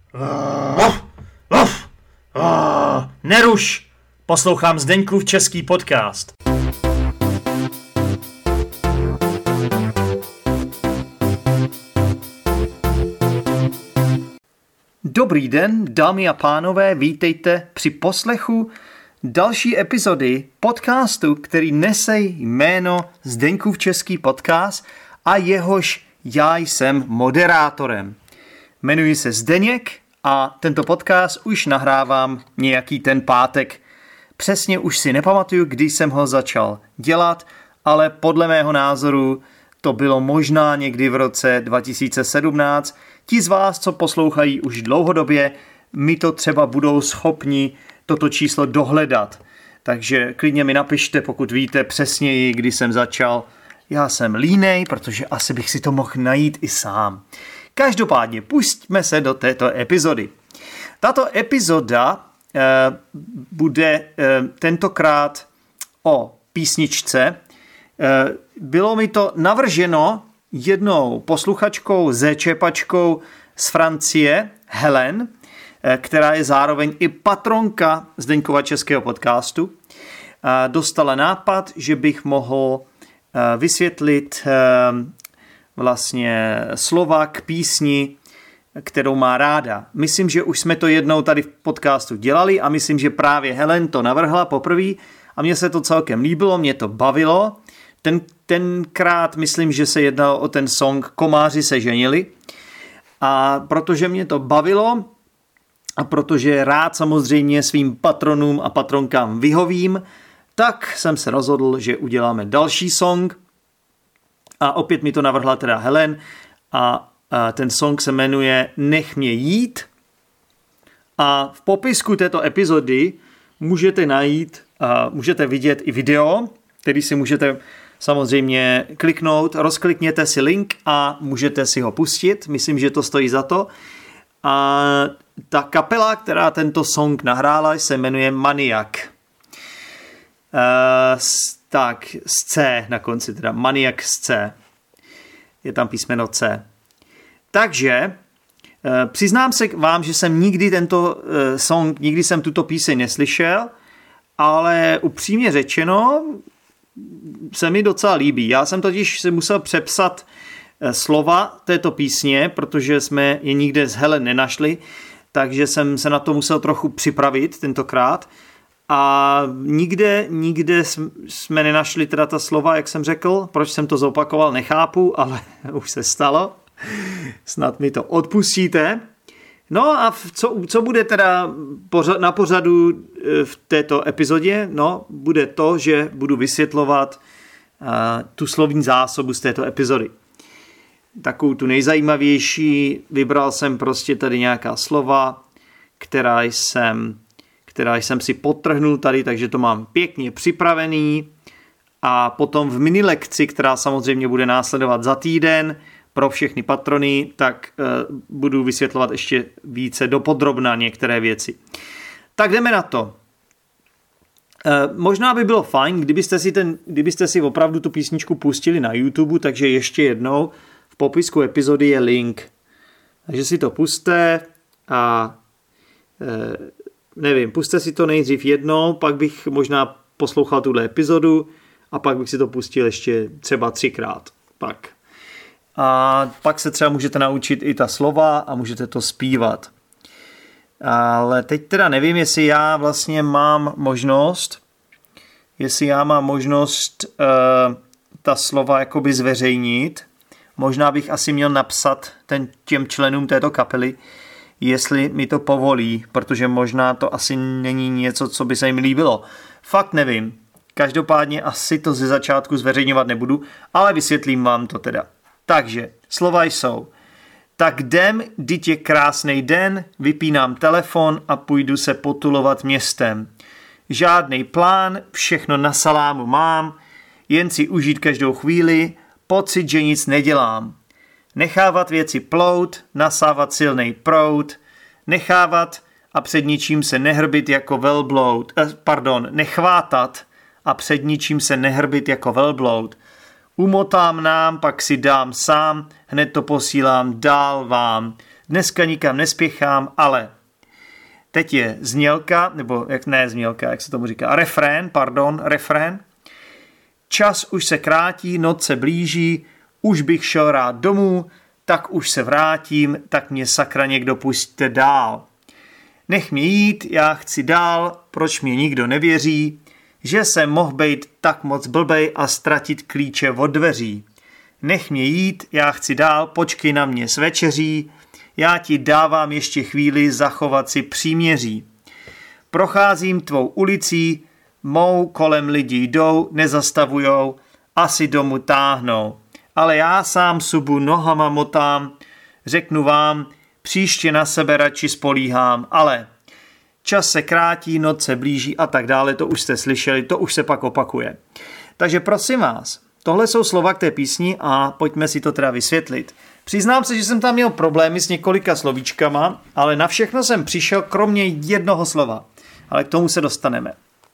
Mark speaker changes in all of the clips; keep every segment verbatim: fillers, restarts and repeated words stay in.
Speaker 1: Uh, uh, uh, neruš! Poslouchám Zdeňkův český podcast. Dobrý den, dámy a pánové, vítejte při poslechu další epizody podcastu, který nese jméno Zdeňkův český podcast a jehož já jsem moderátorem. Jmenuji se Zdeněk a tento podcast už nahrávám nějaký ten pátek. Přesně už si nepamatuju, kdy jsem ho začal dělat, ale podle mého názoru to bylo možná někdy v roce dva tisíce sedmnáct. Ti z vás, co poslouchají už dlouhodobě, mi to třeba budou schopni toto číslo dohledat. Takže klidně mi napište, pokud víte přesněji, kdy jsem začal. Já jsem línej, protože asi bych si to mohl najít i sám. Každopádně pustíme se do této epizody. Tato epizoda eh, bude eh, tentokrát o písničce. Eh, bylo mi to navrženo jednou posluchačkou, zéčepačkou z Francie, Helen, eh, která je zároveň i patronka Zdeňkova českého podcastu. Eh, dostala nápad, že bych mohl eh, vysvětlit eh, vlastně slova k písni, kterou má ráda. Myslím, že už jsme to jednou tady v podcastu dělali a myslím, že právě Helen to navrhla poprvé a mně se to celkem líbilo, mě to bavilo. Ten, tenkrát myslím, že se jednalo o ten song Komáři se ženili a protože mě to bavilo a protože rád samozřejmě svým patronům a patronkám vyhovím, tak jsem se rozhodl, že uděláme další song. A opět mi to navrhla teda Helen a, a ten song se jmenuje Nech mě jít. A v popisku této epizody můžete najít, a můžete vidět i video, který si můžete samozřejmě kliknout. Rozklikněte si link a můžete si ho pustit. Myslím, že to stojí za to. A ta kapela, která tento song nahrála, se jmenuje Maniak. Uh, Tak, z C na konci, teda Maniak z C. Je tam písmeno C. Takže přiznám se vám, že jsem nikdy tento song, nikdy jsem tuto píseň neslyšel, ale upřímně řečeno se mi docela líbí. Já jsem totiž si musel přepsat slova této písně, protože jsme je nikde z Helen nenašli, takže jsem se na to musel trochu připravit tentokrát. A nikde, nikde jsme nenašli teda ta slova, jak jsem řekl. Proč jsem to zopakoval, nechápu, ale už se stalo. Snad mi to odpustíte. No a co, co bude teda na pořadu v této epizodě? No, bude to, že budu vysvětlovat uh, tu slovní zásobu z této epizody. Takovou tu nejzajímavější, vybral jsem prostě tady nějaká slova, která jsem... která jsem si podtrhnul tady, takže to mám pěkně připravený a potom v mini lekci, která samozřejmě bude následovat za týden pro všechny patrony, tak e, budu vysvětlovat ještě více dopodrobna některé věci. Tak jdeme na to. E, možná by bylo fajn, kdybyste si, ten, kdybyste si opravdu tu písničku pustili na YouTube, takže ještě jednou v popisku epizody je link. Takže si to puste a e, nevím, puste si to nejdřív jednou, pak bych možná poslouchal tuhle epizodu a pak bych si to pustil ještě třeba třikrát. Pak. A pak se třeba můžete naučit i ta slova a můžete to zpívat. Ale teď teda nevím, jestli já vlastně mám možnost, jestli já mám možnost uh, ta slova jakoby zveřejnit. Možná bych asi měl napsat ten, těm členům této kapely, jestli mi to povolí, protože možná to asi není něco, co by se jim líbilo. Fakt nevím. Každopádně asi to ze začátku zveřejňovat nebudu, ale vysvětlím vám to teda. Takže, slova jsou. Tak jdem, dyť je krásnej den, vypínám telefon a půjdu se potulovat městem. Žádnej plán, všechno na salámu mám, jen si užít každou chvíli, pocit, že nic nedělám. Nechávat věci plout, nasávat silnej proud, nechávat a před ničím se nehrbit jako velbloud, eh, pardon, nechvátat a před ničím se nehrbit jako velbloud. Umotám nám, pak si dám sám, hned to posílám dál vám. dneska nikam nespěchám, ale teď je znělka, nebo jak ne znělka, jak se tomu říká, refrén, pardon, refrén. Čas už se krátí, noc se blíží, už bych šel rád domů, tak už se vrátím, tak mě sakra někdo pusťte dál. Nech mě jít, já chci dál, proč mě nikdo nevěří, že jsem mohl být tak moc blbej a ztratit klíče od dveří. Nech mě jít, já chci dál, počkej na mě s večeří, já ti dávám ještě chvíli zachovat si příměří. Procházím tvou ulicí, mou kolem lidi jdou, nezastavujou, asi domů táhnou. Ale já sám subu nohama motám, řeknu vám, příště na sebe radši spolíhám, ale čas se krátí, noc se blíží a tak dále, to už jste slyšeli, to už se pak opakuje. Takže prosím vás, tohle jsou slova k té písni a pojďme si to teda vysvětlit. Přiznám se, že jsem tam měl problémy s několika slovíčkama, ale na všechno jsem přišel kromě jednoho slova. Ale k tomu se dostaneme.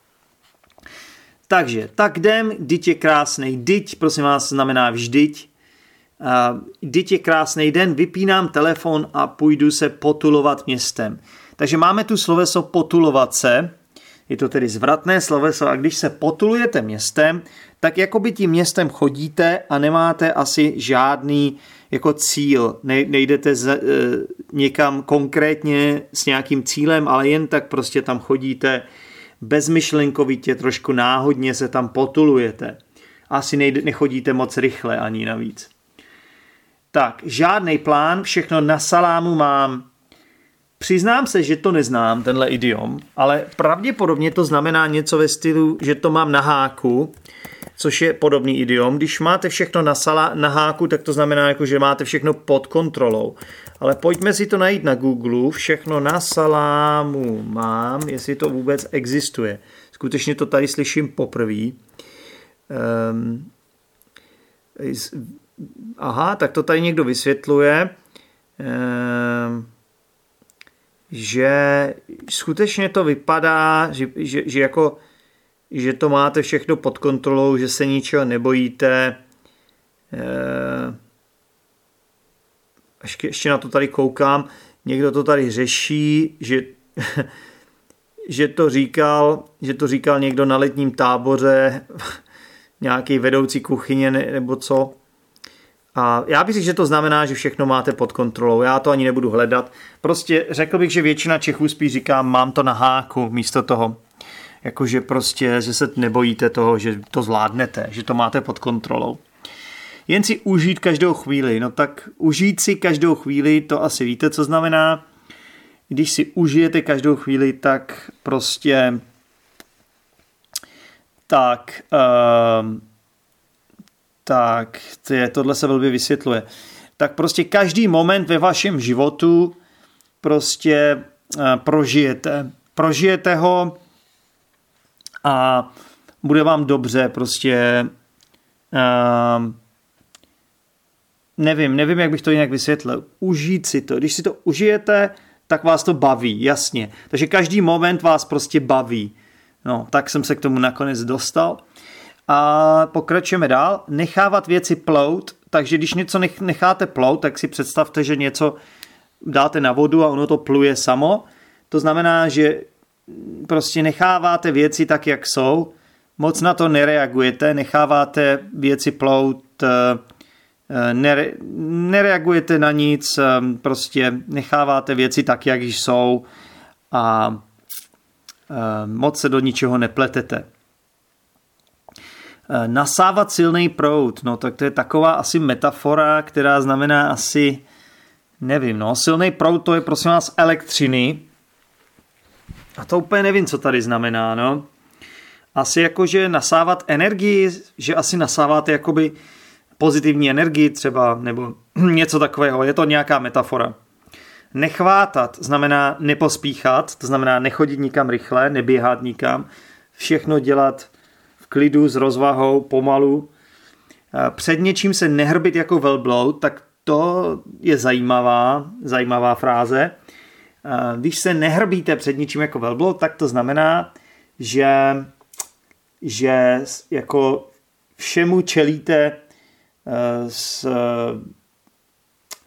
Speaker 1: Takže, tak jdem, dyť je krásnej, dyť, prosím vás, znamená vždyť. Uh, dyť je krásnej den, vypínám telefon a půjdu se potulovat městem. Takže máme tu sloveso potulovat se, je to tedy zvratné sloveso a když se potulujete městem, tak jakoby tím městem chodíte a nemáte asi žádný jako cíl. Ne, nejdete z, e, někam konkrétně s nějakým cílem, ale jen tak prostě tam chodíte bezmyšlenkovitě, trošku náhodně se tam potulujete. Asi nejde, nechodíte moc rychle ani navíc. Tak, žádný plán, všechno na salámu mám. Přiznám se, že to neznám, tenhle idiom, ale pravděpodobně to znamená něco ve stylu, že to mám na háku, což je podobný idiom. Když máte všechno na, sala, na háku, tak to znamená, jako, že máte všechno pod kontrolou. Ale pojďme si to najít na Google. Všechno na salámu mám, jestli to vůbec existuje. Skutečně to tady slyším poprvé. Um, aha, tak to tady někdo vysvětluje. Um, že skutečně to vypadá, že, že, že, jako, že to máte všechno pod kontrolou, že se ničeho nebojíte. Ještě, ještě na to tady koukám. Někdo to tady řeší, že, že, to říkal, že to říkal někdo na letním táboře, nějaký vedoucí kuchyně nebo co. A já bych řekl, že to znamená, že všechno máte pod kontrolou. Já to ani nebudu hledat. Prostě řekl bych, že většina Čechů spíš říká, mám to na háku místo toho. Jakože prostě, že se nebojíte toho, že to zvládnete, že to máte pod kontrolou. Jen si užít každou chvíli. No tak užít si každou chvíli, to asi víte, co znamená. Když si užijete každou chvíli, tak prostě tak... Um, tak tohle se velmi vysvětluje. Tak prostě každý moment ve vašem životu prostě uh, prožijete. Prožijete ho a bude vám dobře prostě uh, nevím, nevím, jak bych to jinak vysvětlil. Užít si to. Když si to užijete, tak vás to baví, jasně. Takže každý moment vás prostě baví. No, tak jsem se k tomu nakonec dostal. A pokračujeme dál. Nechávat věci plout, takže když něco necháte plout, tak si představte, že něco dáte na vodu a ono to pluje samo. To znamená, že prostě necháváte věci tak, jak jsou, moc na to nereagujete, necháváte věci plout, nere, nereagujete na nic, prostě necháváte věci tak, jak jsou a moc se do ničeho nepletete. Nasávat silný proud, no tak to je taková asi metafora, která znamená asi, nevím, no, silný proud to je prosím vás elektřiny a to úplně nevím, co tady znamená, no. Asi jakože nasávat energii, že asi nasáváte jakoby pozitivní energii třeba, nebo něco takového, je to nějaká metafora. Nechvátat znamená nepospíchat, to znamená nechodit nikam rychle, neběhat nikam, všechno dělat v klidu, s rozvahou, pomalu. Před něčím se nehrbit jako velbloud, tak to je zajímavá, zajímavá fráze. Když se nehrbíte před něčím jako velbloud, tak to znamená, že, že jako všemu čelíte s,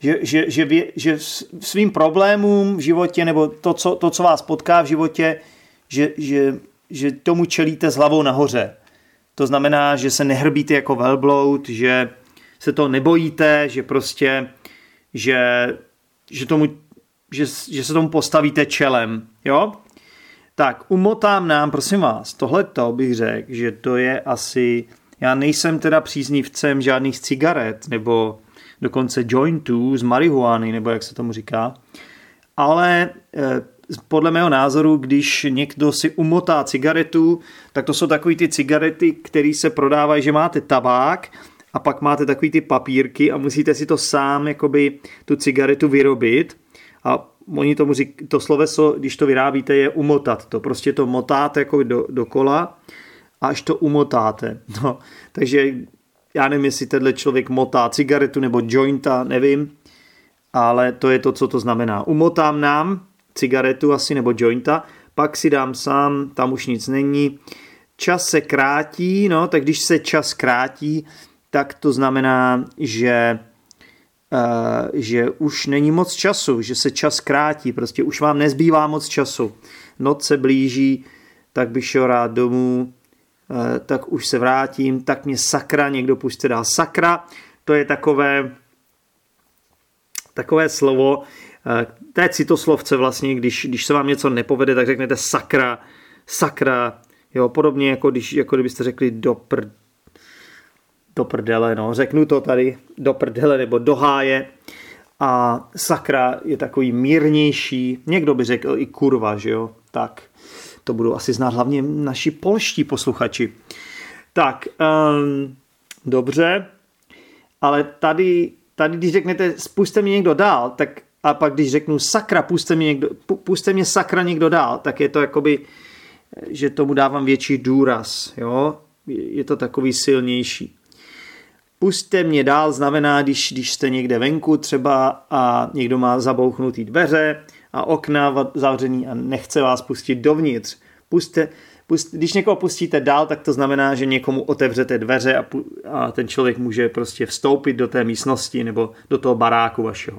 Speaker 1: že, že, že, vě, že svým problémům v životě nebo to co, to, co vás potká v životě, že, že, že tomu čelíte s hlavou nahoře. To znamená, že se nehrbíte jako velbloud, že se toho nebojíte, že prostě, že, že, tomu, že, že se tomu postavíte čelem. Jo? Tak, umotám nám, prosím vás, tohleto bych řekl, že to je asi, já nejsem teda příznivcem žádných cigaret, nebo dokonce jointů z marihuany, nebo jak se tomu říká, ale eh, podle mého názoru, když někdo si umotá cigaretu, tak to jsou takový ty cigarety, které se prodávají, že máte tabák a pak máte takový ty papírky a musíte si to sám, jakoby tu cigaretu vyrobit a oni tomu říkají, to sloveso, když to vyrábíte, je umotat to. Prostě to motáte jako do, dokola a až to umotáte. No, takže já nevím, jestli tenhle člověk motá cigaretu nebo jointa, nevím, ale to je to, co to znamená. Umotám nám cigaretu asi nebo jointa, pak si dám sám, tam už nic není. Čas se krátí, no, tak když se čas krátí, tak to znamená, že, uh, že už není moc času, že se čas krátí, prostě už vám nezbývá moc času. Noc se blíží, tak bych šel rád domů, uh, tak už se vrátím, tak mě sakra, někdo prostě dá sakra, to je takové, takové slovo, to je citoslovce vlastně, když, když se vám něco nepovede, tak řeknete sakra, sakra, jo, podobně jako, když, jako kdybyste řekli do, pr, do prdele, no, řeknu to tady, do prdele nebo do háje a sakra je takový mírnější, někdo by řekl i kurva, že jo, tak to budou asi znát hlavně naši polští posluchači. Tak, um, dobře, ale tady, tady když řeknete spuste mi někdo dál, tak a pak když řeknu sakra, puste mě, někdo, puste mě sakra někdo dál, tak je to jakoby, že tomu dávám větší důraz. Jo? Je to takový silnější. Puste mě dál znamená, když, když jste někde venku třeba a někdo má zabouchnutý dveře a okna zavřený a nechce vás pustit dovnitř. Puste, pust, když někoho pustíte dál, tak to znamená, že někomu otevřete dveře a, a ten člověk může prostě vstoupit do té místnosti nebo do toho baráku vašeho.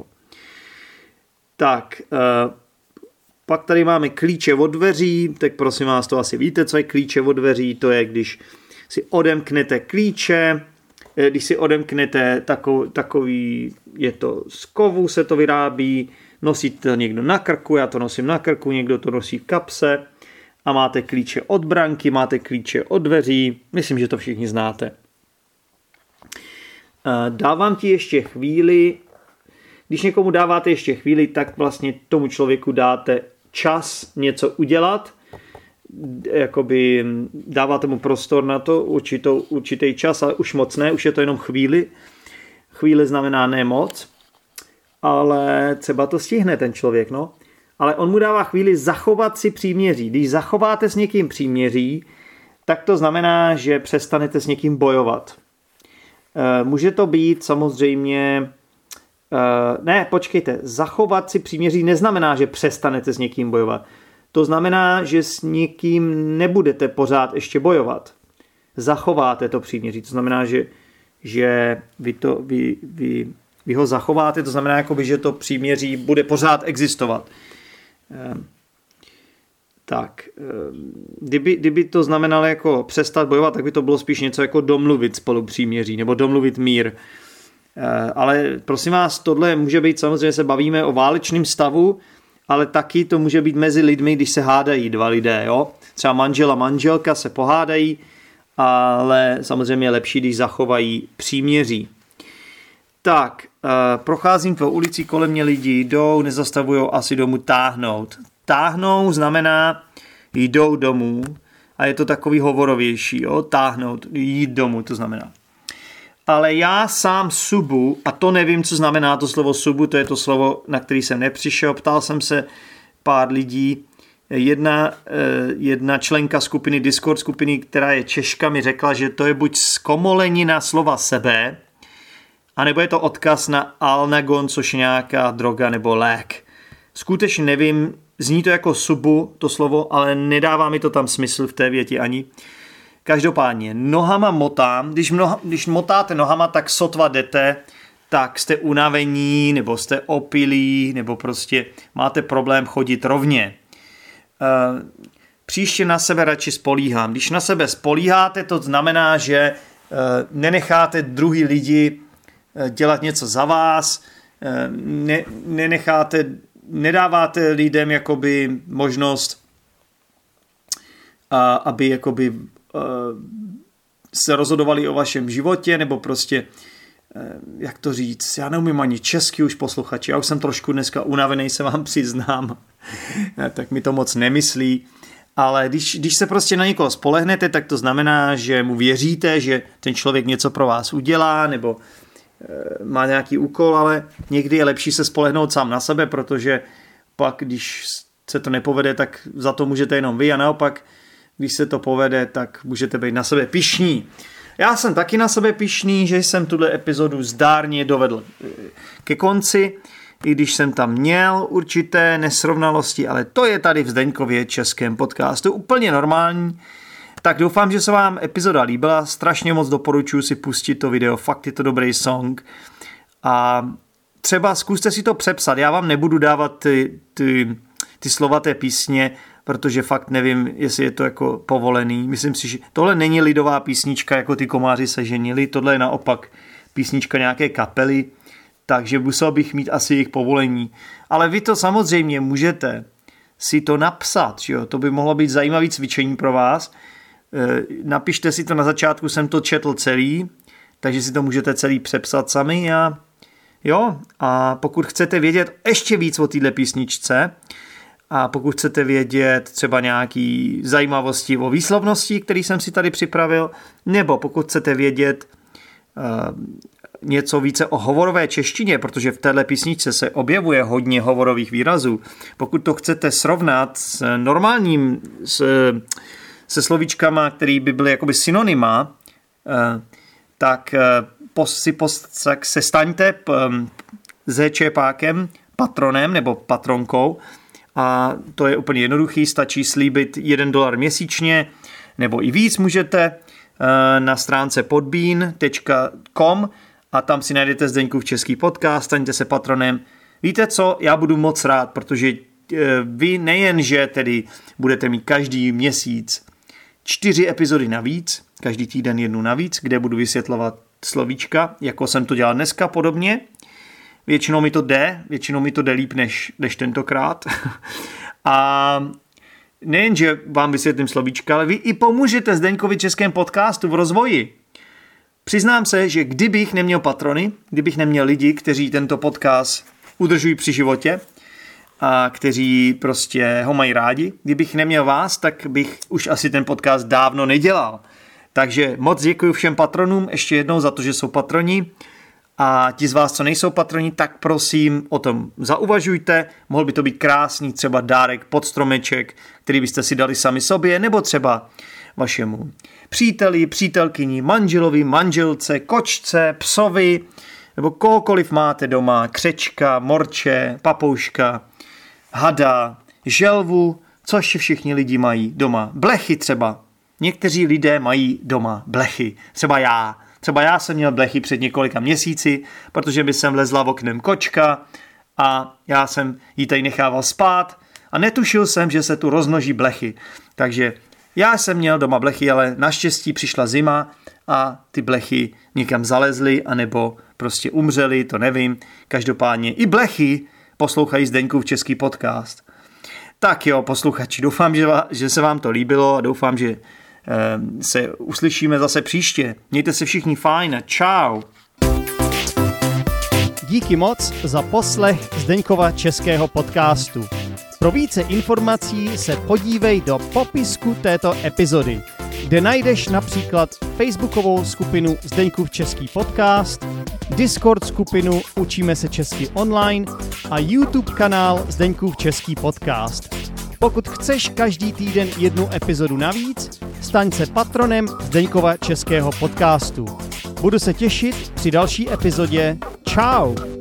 Speaker 1: Tak, uh, pak tady máme klíče od dveří, tak prosím vás, to asi víte, co je klíče od dveří, to je, když si odemknete klíče, když si odemknete takový, takový je to z kovu, se to vyrábí, nosí to někdo na krku, já to nosím na krku, někdo to nosí v kapse a máte klíče od branky, máte klíče od dveří, myslím, že to všichni znáte. Uh, dávám ti ještě chvíli. Když někomu dáváte ještě chvíli, tak vlastně tomu člověku dáte čas něco udělat, jakoby dáváte mu prostor na to, určitou, určitý čas, ale už moc ne, už je to jenom chvíli. Chvíli znamená ne moc, ale třeba to stihne ten člověk, no. Ale on mu dává chvíli zachovat si příměří. Když zachováte s někým příměří, tak to znamená, že přestanete s někým bojovat. Může to být samozřejmě... Uh, ne, počkejte, zachovat si příměří neznamená, že přestanete s někým bojovat. To znamená, že s někým nebudete pořád ještě bojovat. Zachováte to příměří, to znamená, že, že vy, to, vy, vy, vy ho zachováte, to znamená, jakoby, že to příměří bude pořád existovat. Uh, tak, uh, kdyby, kdyby to znamenalo jako přestat bojovat, tak by to bylo spíš něco jako domluvit spolu příměří, nebo domluvit mír. Ale prosím vás, tohle může být, samozřejmě se bavíme o válečném stavu, ale taky to může být mezi lidmi, když se hádají dva lidé. Jo? Třeba manžel a manželka se pohádají, ale samozřejmě je lepší, když zachovají příměří. Tak, procházím po ulici, kolem mě lidi jdou, nezastavují, asi domů táhnout. Táhnou znamená jdou domů a je to takový hovorovější, jo? Táhnout, jít domů, to znamená. Ale já sám subu, a to nevím, co znamená to slovo subu, to je to slovo, na který jsem nepřišel, ptal jsem se pár lidí, jedna, jedna členka skupiny, Discord skupiny, která je Češka, mi řekla, že to je buď zkomolenina slova sebe, anebo je to odkaz na Alnagon, což je nějaká droga nebo lék. Skutečně nevím, zní to jako subu, to slovo, ale nedává mi to tam smysl v té větě ani. Každopádně, nohama motám, když, mnoha, když motáte nohama, tak sotva jdete, tak jste unavení, nebo jste opilí, nebo prostě máte problém chodit rovně. Příště na sebe radši spolíhám. Když na sebe spolíháte, to znamená, že nenecháte druhý lidi dělat něco za vás, ne, nenecháte, nedáváte lidem jakoby možnost, aby jakoby se rozhodovali o vašem životě, nebo prostě, jak to říct, já neumím ani česky už, posluchači, já už jsem trošku dneska unavený, se vám přiznám, tak mi to moc nemyslí, ale když, když se prostě na někoho spolehnete, tak to znamená, že mu věříte, že ten člověk něco pro vás udělá, nebo má nějaký úkol, ale někdy je lepší se spolehnout sám na sebe, protože pak, když se to nepovede, tak za to můžete jenom vy a naopak, když se to povede, tak můžete být na sebe pyšní. Já jsem taky na sebe pyšný, že jsem tuhle epizodu zdárně dovedl ke konci, i když jsem tam měl určité nesrovnalosti, ale to je tady v Zdeňkově českém podcastu úplně normální. Tak doufám, že se vám epizoda líbila, strašně moc doporučuji si pustit to video, fakt je to dobrý song a třeba zkuste si to přepsat, já vám nebudu dávat ty, ty, ty slova té písně, protože fakt nevím, jestli je to jako povolený. Myslím si, že tohle není lidová písnička, jako ty komáři se ženili, tohle je naopak písnička nějaké kapely, takže musel bych mít asi jejich povolení. Ale vy to samozřejmě můžete si to napsat, jo? To by mohlo být zajímavé cvičení pro vás. Napište si to, na začátku jsem to četl celý, takže si to můžete celý přepsat sami a jo, a pokud chcete vědět ještě víc o téhle písničce, a pokud chcete vědět třeba nějaký zajímavosti o výslovnosti, který jsem si tady připravil, nebo pokud chcete vědět uh, něco více o hovorové češtině, protože v téhle písničce se objevuje hodně hovorových výrazů, pokud to chcete srovnat s normálním, s, se slovíčkama, který by byly jakoby synonyma, uh, tak, uh, pos, si pos, tak se staňte um, zéčepákem, patronem nebo patronkou. A to je úplně jednoduchý, stačí slíbit jeden dolar měsíčně, nebo i víc můžete na stránce podbean tečka com a tam si najdete Zdeňkův český podcast, staňte se patronem. Víte co, já budu moc rád, protože vy nejenže tedy budete mít každý měsíc čtyři epizody navíc, každý týden jednu navíc, kde budu vysvětlovat slovíčka, jako jsem to dělal dneska podobně. Většinou mi to jde, většinou mi to jde líp než, než tentokrát. A nejenže vám vysvětlím slovíčka, ale vy i pomůžete Zdeňkovi českém podcastu v rozvoji. Přiznám se, že kdybych neměl patrony, kdybych neměl lidi, kteří tento podcast udržují při životě a kteří prostě ho mají rádi, kdybych neměl vás, tak bych už asi ten podcast dávno nedělal. Takže moc děkuji všem patronům ještě jednou za to, že jsou patroni. A ti z vás, co nejsou patroni, tak prosím o tom zauvažujte. Mohl by to být krásný třeba dárek pod stromeček, který byste si dali sami sobě, nebo třeba vašemu příteli, přítelkyni, manželovi, manželce, kočce, psovi, nebo kohokoliv máte doma, křečka, morče, papouška, hada, želvu, co ještě všichni lidi mají doma. Blechy třeba. Někteří lidé mají doma blechy. Třeba já. Třeba já jsem měl blechy před několika měsíci, protože by jsem vlezla v oknem kočka a já jsem ji tady nechával spát a netušil jsem, že se tu rozmnoží blechy. Takže já jsem měl doma blechy, ale naštěstí přišla zima a ty blechy někam zalezly anebo prostě umřely, to nevím. Každopádně i blechy poslouchají Zdeňkův český podcast. Tak jo, posluchači, doufám, že, že se vám to líbilo a doufám, že se uslyšíme zase příště. Mějte se všichni fajn a čau.
Speaker 2: Díky moc za poslech Zdeňkova českého podcastu. Pro více informací se podívej do popisku této epizody, kde najdeš například facebookovou skupinu Zdeňkův český podcast, Discord skupinu Učíme se česky online a YouTube kanál Zdeňkův český podcast. Pokud chceš každý týden jednu epizodu navíc, staň se patronem Zdeňkova českého podcastu. Budu se těšit při další epizodě. Čau!